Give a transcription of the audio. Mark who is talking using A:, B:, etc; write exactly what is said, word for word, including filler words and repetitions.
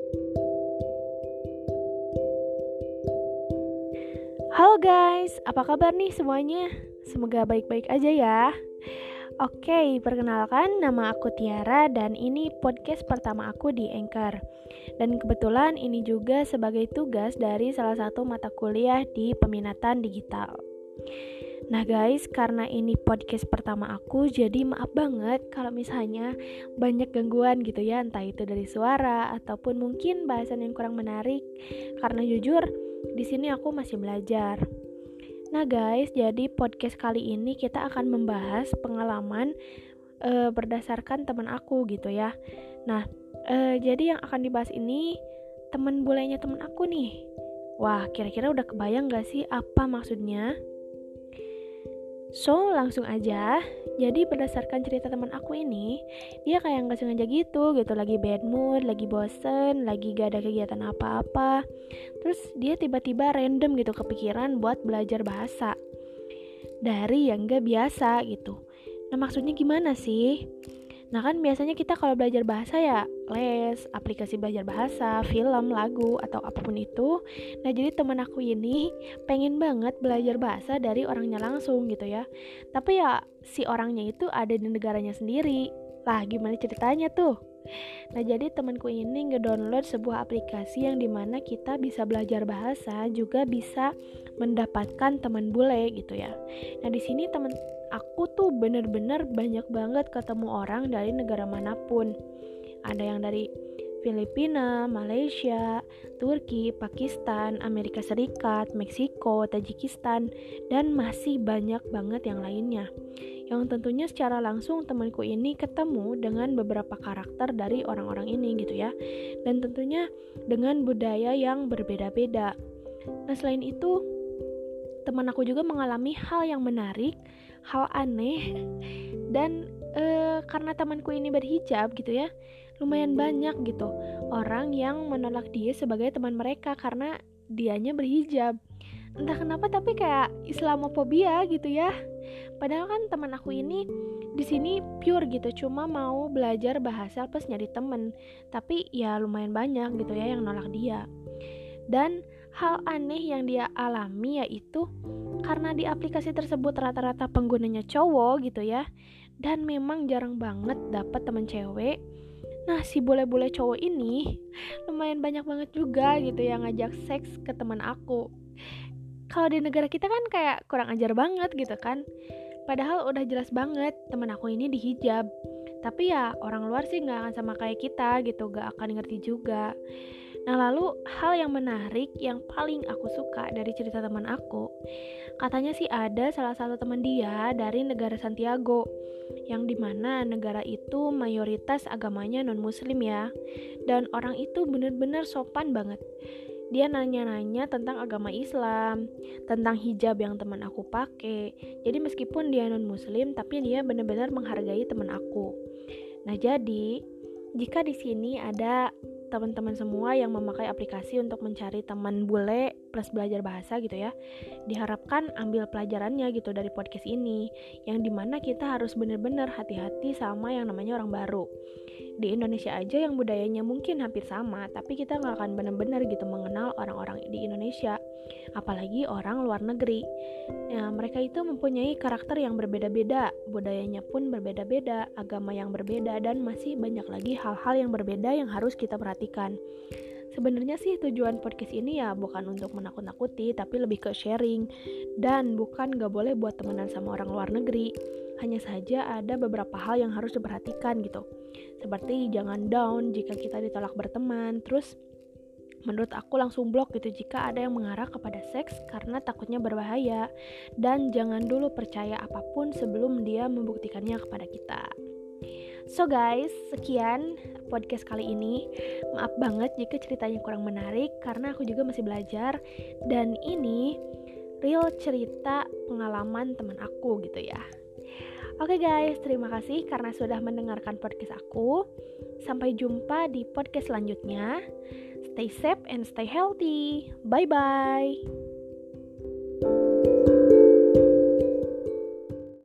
A: Halo guys, apa kabar nih semuanya? Semoga baik-baik aja ya. Oke, perkenalkan nama aku Tiara dan ini podcast pertama aku di Anchor. Dan kebetulan ini juga sebagai tugas dari salah satu mata kuliah di peminatan digital. Nah guys, karena ini podcast pertama aku, jadi maaf banget kalau misalnya banyak gangguan gitu ya, entah itu dari suara ataupun mungkin bahasan yang kurang menarik. Karena jujur, di sini aku masih belajar. Nah guys, jadi podcast kali ini kita akan membahas pengalaman e, berdasarkan teman aku gitu ya. Nah, e, jadi yang akan dibahas ini teman bulenya teman aku nih. Wah, kira-kira udah kebayang gak sih apa maksudnya? So, langsung aja. Jadi berdasarkan cerita teman aku ini, dia kayak gak sengaja gitu, gitu lagi bad mood, lagi bosen, lagi gak ada kegiatan apa-apa. Terus dia tiba-tiba random gitu kepikiran buat belajar bahasa dari yang gak biasa gitu. Nah maksudnya gimana sih? Nah kan biasanya kita kalau belajar bahasa ya les, aplikasi belajar bahasa, film, lagu, atau apapun itu. Nah jadi teman aku ini pengen banget belajar bahasa dari orangnya langsung gitu ya. Tapi ya si orangnya itu ada di negaranya sendiri. Lah gimana ceritanya tuh? Nah jadi temanku ini ngedownload sebuah aplikasi yang dimana kita bisa belajar bahasa juga bisa mendapatkan teman bule gitu ya. Nah di sini teman aku tuh bener-bener banyak banget ketemu orang dari negara manapun. Ada yang dari Filipina, Malaysia, Turki, Pakistan, Amerika Serikat, Meksiko, Tajikistan, dan masih banyak banget yang lainnya. Yang tentunya secara langsung temanku ini ketemu dengan beberapa karakter dari orang-orang ini gitu ya. Dan tentunya dengan budaya yang berbeda-beda. Nah selain itu, teman aku juga mengalami hal yang menarik, hal aneh, dan e, karena temanku ini berhijab gitu ya, lumayan banyak gitu orang yang menolak dia sebagai teman mereka karena dianya berhijab. Entah kenapa tapi kayak Islamofobia gitu ya. Padahal kan teman aku ini di sini pure gitu, cuma mau belajar bahasa plus nyari temen. Tapi ya lumayan banyak gitu ya yang nolak dia. Dan hal aneh yang dia alami yaitu karena di aplikasi tersebut rata-rata penggunanya cowok gitu ya, dan memang jarang banget dapat teman cewek. Nah si bule-bule cowok ini lumayan banyak banget juga gitu yang ngajak seks ke teman aku. Kalau di negara kita kan kayak kurang ajar banget gitu kan. Padahal udah jelas banget teman aku ini dihijab. Tapi ya orang luar sih gak akan sama kayak kita gitu, gak akan ngerti juga. Nah lalu hal yang menarik yang paling aku suka dari cerita teman aku, katanya sih ada salah satu teman dia dari negara Santiago, yang dimana negara itu mayoritas agamanya non muslim ya. Dan orang itu bener-bener sopan banget. Dia nanya-nanya tentang agama Islam, tentang hijab yang teman aku pakai. Jadi meskipun dia non muslim tapi dia benar-benar menghargai teman aku. Nah jadi jika di sini ada teman-teman semua yang memakai aplikasi untuk mencari teman bule plus belajar bahasa gitu ya, diharapkan ambil pelajarannya gitu dari podcast ini, yang dimana kita harus benar-benar hati-hati sama yang namanya orang baru. Di Indonesia aja yang budayanya mungkin hampir sama, tapi kita gak akan benar-benar gitu mengenal orang-orang di Indonesia, apalagi orang luar negeri. Nah, mereka itu mempunyai karakter yang berbeda-beda, budayanya pun berbeda-beda, agama yang berbeda, dan masih banyak lagi hal-hal yang berbeda yang harus kita perhatikan. Sebenarnya sih tujuan podcast ini ya bukan untuk menakut-nakuti, tapi lebih ke sharing. Dan bukan gak boleh buat temenan sama orang luar negeri. Hanya saja ada beberapa hal yang harus diperhatikan gitu. Seperti jangan down jika kita ditolak berteman. Terus menurut aku langsung blok gitu jika ada yang mengarah kepada seks karena takutnya berbahaya. Dan jangan dulu percaya apapun sebelum dia membuktikannya kepada kita. So guys, sekian podcast kali ini. Maaf banget jika ceritanya kurang menarik karena aku juga masih belajar. Dan ini real cerita pengalaman teman aku gitu ya. Oke guys, terima kasih karena sudah mendengarkan podcast aku. Sampai jumpa di podcast selanjutnya. Stay safe and stay healthy. Bye bye.